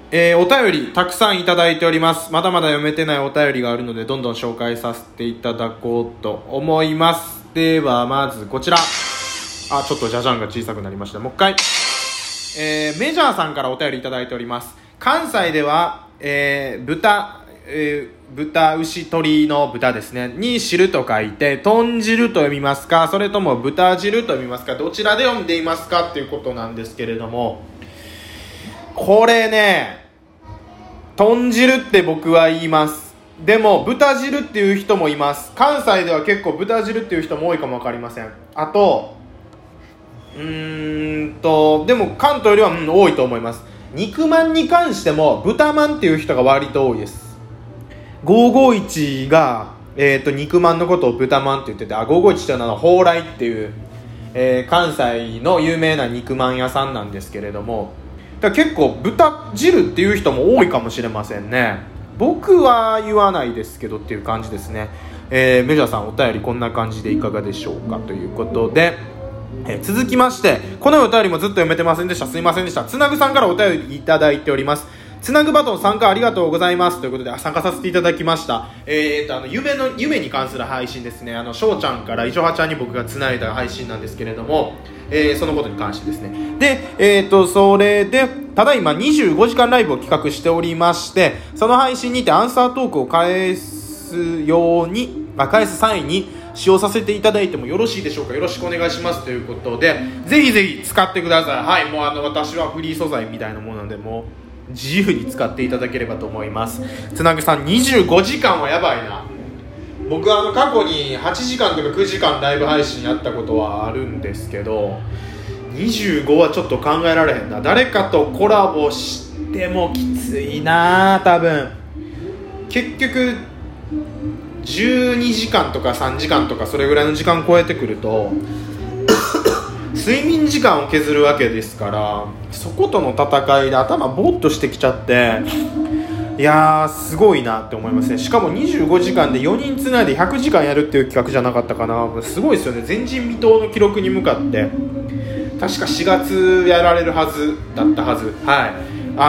お便りたくさんいただいております。まだまだ読めてないお便りがあるのでどんどん紹介させていただこうと思います。ではまずこちら、ちょっとジャジャンが小さくなりました。もう一回、メジャーさんからお便りいただいております。関西では、豚、牛、鶏の豚ですねに汁と書いて豚汁と読みますか、それとも豚汁と読みますか、どちらで読んでいますかっていうことなんですけれども、これね、豚汁って僕は言います。でも豚汁っていう人もいます。関西では結構豚汁っていう人も多いかもわかりません。あとでも関東よりは、多いと思います。肉まんに関しても豚まんっていう人が割と多いです。551が、肉まんのことを豚まんって言ってて、551っていうのは蓬莱っていう、関西の有名な肉まん屋さんなんですけれども、だから結構豚汁っていう人も多いかもしれませんね。僕は言わないですけどっていう感じですね。メジャーさんお便りこんな感じでいかがでしょうかということで、続きまして、このお便りもずっと読めてませんでした。すいませんでした。つなぐさんからお便りいただいております。つなぐバトン参加ありがとうございますということで参加させていただきました。夢に関する配信ですね。翔ちゃんからいしょはちゃんに僕がつないだ配信なんですけれども、そのことに関してですね。で、それでただいま25時間ライブを企画しておりまして、その配信にてアンサートークを返す際に使用させていただいてもよろしいでしょうか。よろしくお願いしますということで、ぜひぜひ使ってください。はい、もう私はフリー素材みたいなものなので、もう自由に使っていただければと思います。つなぐさん25時間はやばいな。僕過去に8時間とか9時間ライブ配信やったことはあるんですけど、25はちょっと考えられへんな。誰かとコラボしてもきついな。多分結局12時間とか3時間とかそれぐらいの時間超えてくると睡眠時間を削るわけですから、そことの戦いで頭ボーっとしてきちゃって、いやーすごいなって思いますね。しかも25時間で4人つないで100時間やるっていう企画じゃなかったかな。すごいですよね。前人未到の記録に向かって確か4月やられるはずだったはず。はい、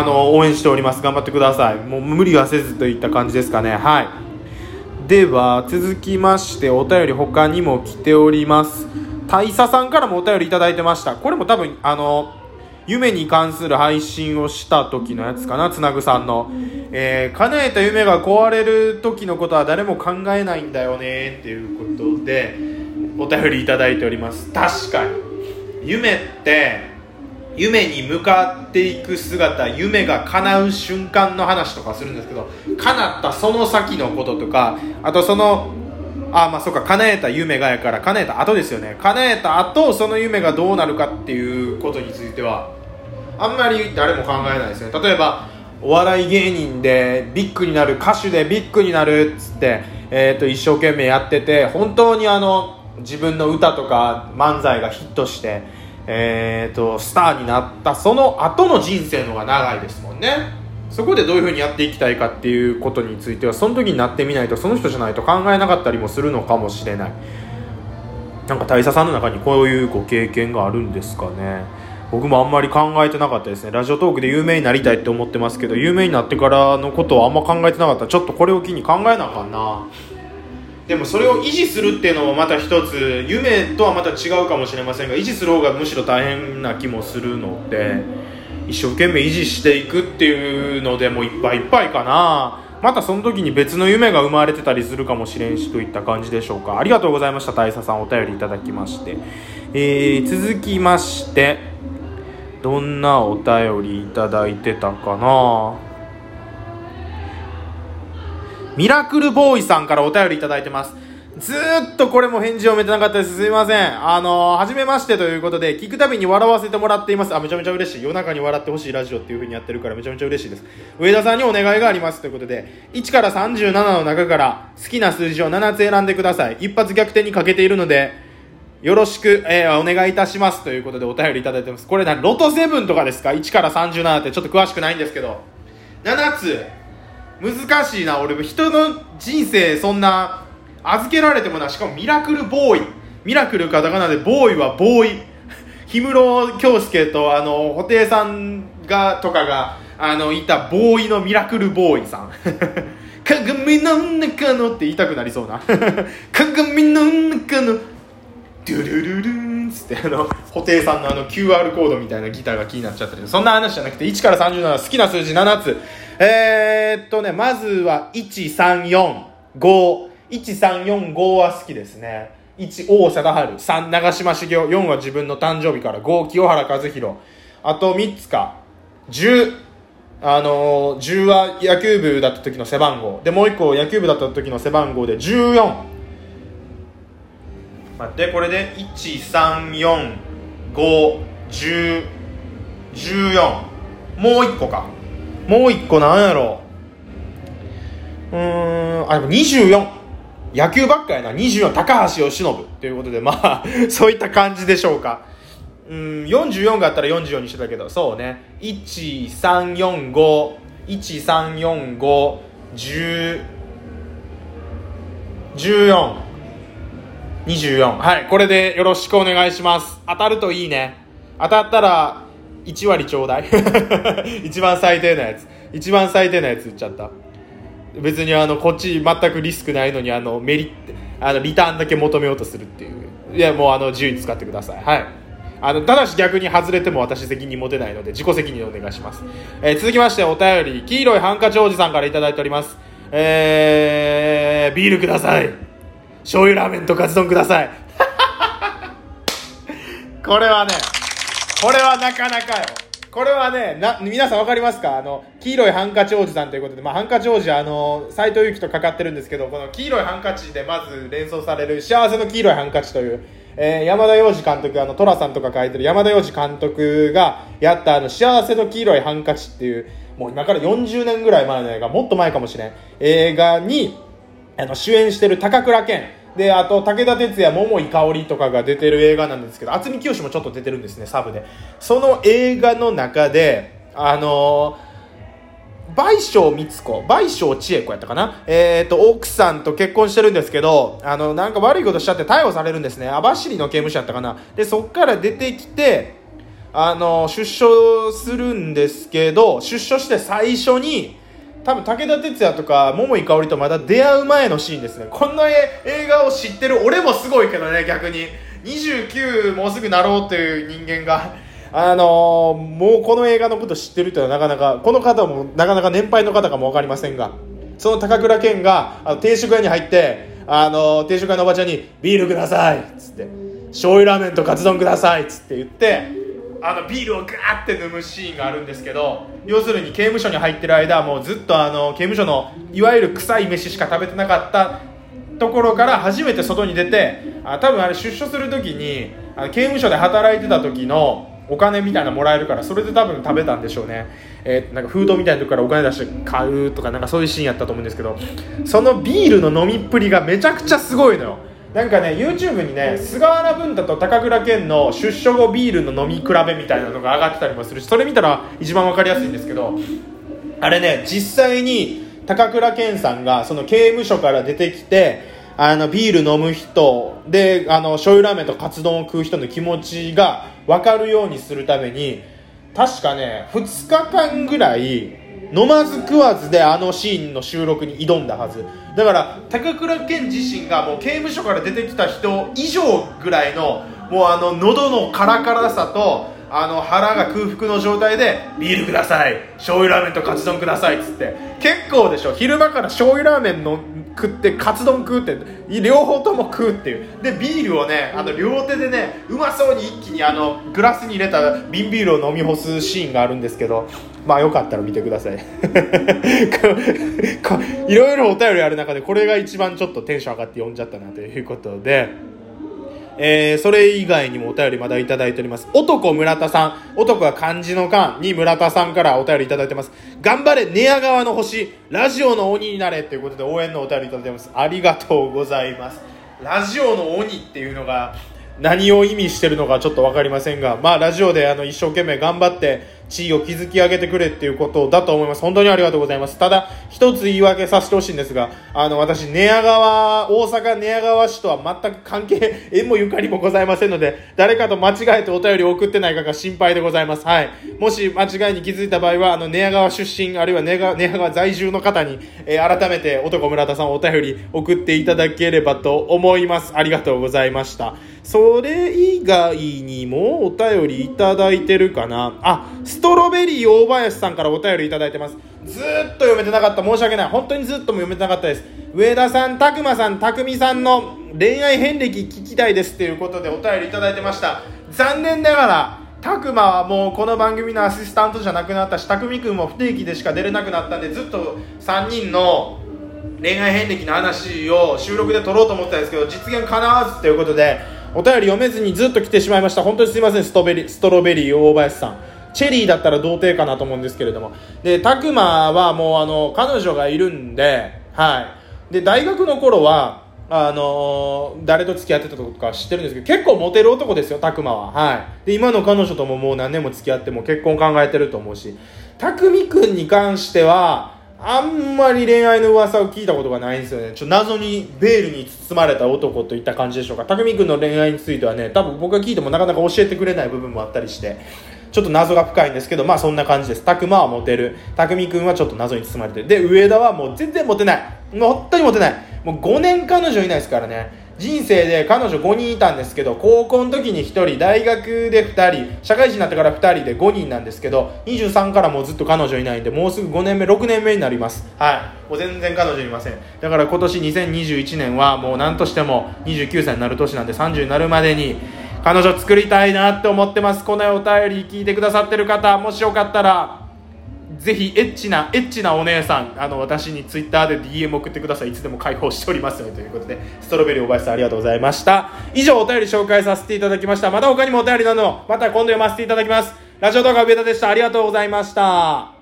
応援しております。頑張ってください。もう無理はせずといった感じですかね。はい。では続きましてお便り他にも来ております。大佐さんからもお便りいただいてました。これも多分夢に関する配信をした時のやつかな。つなぐさんの、叶えた夢が壊れる時のことは誰も考えないんだよねっていうことでお便りいただいております。確かに夢って夢に向かっていく姿、夢が叶う瞬間の話とかするんですけど、叶ったその先のこととか、あとそうか、叶えた夢がやから叶えた後ですよね。叶えた後その夢がどうなるかっていうことについてはあんまり誰も考えないですね。例えばお笑い芸人でビッグになる、歌手でビッグになるっつって、一生懸命やってて、本当に自分の歌とか漫才がヒットしてスターになったその後の人生の方が長いですもんね。そこでどういう風にやっていきたいかっていうことについてはその時になってみないと、その人じゃないと考えなかったりもするのかもしれない。なんか大佐さんの中にこういうご経験があるんですかね。僕もあんまり考えてなかったですね。ラジオトークで有名になりたいって思ってますけど、有名になってからのことはあんま考えてなかった。ちょっとこれを機に考えなあかんな。でもそれを維持するっていうのもまた一つ夢とはまた違うかもしれませんが、維持する方がむしろ大変な気もするので、一生懸命維持していくっていうのでもいっぱいいっぱいかな。またその時に別の夢が生まれてたりするかもしれんしといった感じでしょうか。ありがとうございました。大佐さんお便りいただきまして、続きましてどんなお便りいただいてたかな。ミラクルボーイさんからお便りいただいてます。ずーっとこれも返事読めてなかったです。すいません。はじめましてということで、聞くたびに笑わせてもらっています。めちゃめちゃ嬉しい。夜中に笑ってほしいラジオっていう風にやってるからめちゃめちゃ嬉しいです。上田さんにお願いがありますということで、1から37の中から好きな数字を7つ選んでください。一発逆転にかけているのでよろしく、お願いいたしますということでお便りいただいてます。これロト7とかですか。1から37ってちょっと詳しくないんですけど、7つ難しいな。俺人の人生そんな預けられてもな。しかもミラクルボーイ、ミラクルカタカナでボーイはボーイ氷室京介と布袋さんとかがいたボーイのミラクルボーイさん鏡の中のって言いたくなりそうな鏡の中のドゥルルルンつって布袋さんのQR コードみたいなギターが気になっちゃったり、そんな話じゃなくて1から37好きな数字7つ。まずは1345は好きですね。1王貞治、3長嶋茂雄、4は自分の誕生日から、5清原和博、あと3つか。10は野球部だった時の背番号で、もう1個野球部だった時の背番号で14。待って、これで134510114、もう1個か。もう1個なんやろう。でも24、野球ばっかやな。24高橋由伸ということで、まあそういった感じでしょうか。44があったら44にしてたけど、そうね。1345、1345、10、14、24。はい、これでよろしくお願いします。当たるといいね。当たったら1割ちょうだい一番最低なやつ言っちゃった。別にこっち全くリスクないのにリターンだけ求めようとするっていう。いや、もう自由に使ってください。はい。ただし逆に外れても私責任持てないので自己責任でお願いします。続きましてお便り、黄色いハンカチおじさんからいただいております。ビールください。醤油ラーメンとカツ丼くださいこれはなかなかよ。これはね、皆さんわかりますか？黄色いハンカチ王子さんということで、ハンカチ王子は斉藤由貴とかかってるんですけど、この黄色いハンカチでまず連想される幸せの黄色いハンカチという、山田洋次監督、寅さんとか書いてる山田洋次監督がやった幸せの黄色いハンカチっていう、もう今から40年ぐらい前の映画、もっと前かもしれん映画に主演してる高倉健で、あと武田鉄矢、桃井かおりとかが出てる映画なんですけど、渥美清もちょっと出てるんですね、サブで。その映画の中で倍賞千恵子やったかな、奥さんと結婚してるんですけど、なんか悪いことしちゃって逮捕されるんですね。網走の刑務所やったかな。でそっから出てきて出所するんですけど、出所して最初に多分武田鉄矢とか桃井かおりとまだ出会う前のシーンですね。この映画を知ってる俺もすごいけどね、逆に29もうすぐなろうという人間がもうこの映画のこと知ってるというのはなかなか、この方もなかなか年配の方かも分かりませんが、その高倉健が定食屋に入って定食屋のおばちゃんにビールくださいっつって、醤油ラーメンとカツ丼くださいっつって言ってビールをガーって飲むシーンがあるんですけど、要するに刑務所に入ってる間もうずっと刑務所のいわゆる臭い飯しか食べてなかったところから初めて外に出て、多分出所する時に刑務所で働いてた時のお金みたいなのもらえるから、それで多分食べたんでしょうね。なんか封筒みたいなとこからお金出して買うとか、なんかそういうシーンやったと思うんですけど、そのビールの飲みっぷりがめちゃくちゃすごいのよ。なんかね YouTube にね、菅原文太と高倉健の出所後ビールの飲み比べみたいなのが上がってたりもするし、それ見たら一番わかりやすいんですけど、あれね、実際に高倉健さんがその刑務所から出てきてビール飲む人で醤油ラーメンとカツ丼を食う人の気持ちが分かるようにするために、確かね2日間ぐらい飲まず食わずでシーンの収録に挑んだはずだから、高倉健自身がもう刑務所から出てきた人以上ぐらいのもう喉のカラカラさと腹が空腹の状態でビールください、醤油ラーメンとカツ丼くださいっつって、結構でしょ。昼間から醤油ラーメンの食ってカツ丼食うって両方とも食うっていう。でビールをね両手でねうまそうに一気にグラスに入れた瓶ビールを飲み干すシーンがあるんですけど、まあよかったら見てくださいいろいろお便りある中でこれが一番ちょっとテンション上がって読んじゃったなということで、それ以外にもお便りまだいただいております。男村田さん、男は漢字の漢に村田さんからお便りいただいてます。頑張れ寝屋川の星、ラジオの鬼になれということで応援のお便りいただいてます。ありがとうございます。ラジオの鬼っていうのが何を意味してるのかちょっと分かりませんが、まあラジオで一生懸命頑張って地位を築き上げてくれっていうことだと思います。本当にありがとうございます。ただ一つ言い訳させてほしいんですが、私大阪寝屋川市とは全く関係縁もゆかりもございませんので、誰かと間違えてお便りを送ってないかが心配でございます。はい。もし間違いに気づいた場合は寝屋川出身あるいは寝屋川在住の方に、改めて男村田さんお便り送っていただければと思います。ありがとうございました。それ以外にもお便りいただいてるかな。ストロベリー大林さんからお便りいただいてます。ずーっと読めてなかった。申し訳ない。本当にずっとも読めてなかったです。上田さん、たくまさん、たくみさんの恋愛遍歴聞きたいですということでお便りいただいてました。残念ながらたくまはもうこの番組のアシスタントじゃなくなったし、たくみくんも不定期でしか出れなくなったんで、ずっと3人の恋愛遍歴の話を収録で撮ろうと思ったんですけど、実現叶わずということでお便り読めずにずっと来てしまいました。本当にすいません。ストロベリー大林さん、チェリーだったら童貞かなと思うんですけれども、でたくまはもう彼女がいるんで、はい。で大学の頃は誰と付き合ってたとか知ってるんですけど、結構モテる男ですよ、たくまは。はい。で今の彼女とももう何年も付き合っても結婚考えてると思うし、たくみくんに関してはあんまり恋愛の噂を聞いたことがないんですよね。謎にベールに包まれた男といった感じでしょうか。たくみくんの恋愛についてはね、多分僕が聞いてもなかなか教えてくれない部分もあったりして、ちょっと謎が深いんですけど、そんな感じです。たくまはモテる、たくみくんはちょっと謎に包まれてる。で上田はもう全然モテない。もう本当にモテない。もう5年彼女いないですからね。人生で彼女5人いたんですけど、高校の時に1人、大学で2人、社会人になってから2人で5人なんですけど、23からもうずっと彼女いないんで、もうすぐ5年目6年目になります。はい。もう全然彼女いません。だから今年2021年はもう何としても29歳になる年なんで、30になるまでに彼女作りたいなって思ってます。このお便り聞いてくださってる方、もしよかったらぜひエッチなお姉さん、私にツイッターで DM 送ってください。いつでも開放しておりますので、ということで、ストロベリーおばあさんありがとうございました。以上お便り紹介させていただきました。また他にもお便りなどまた今度読ませていただきます。ラジオ動画上田でした。ありがとうございました。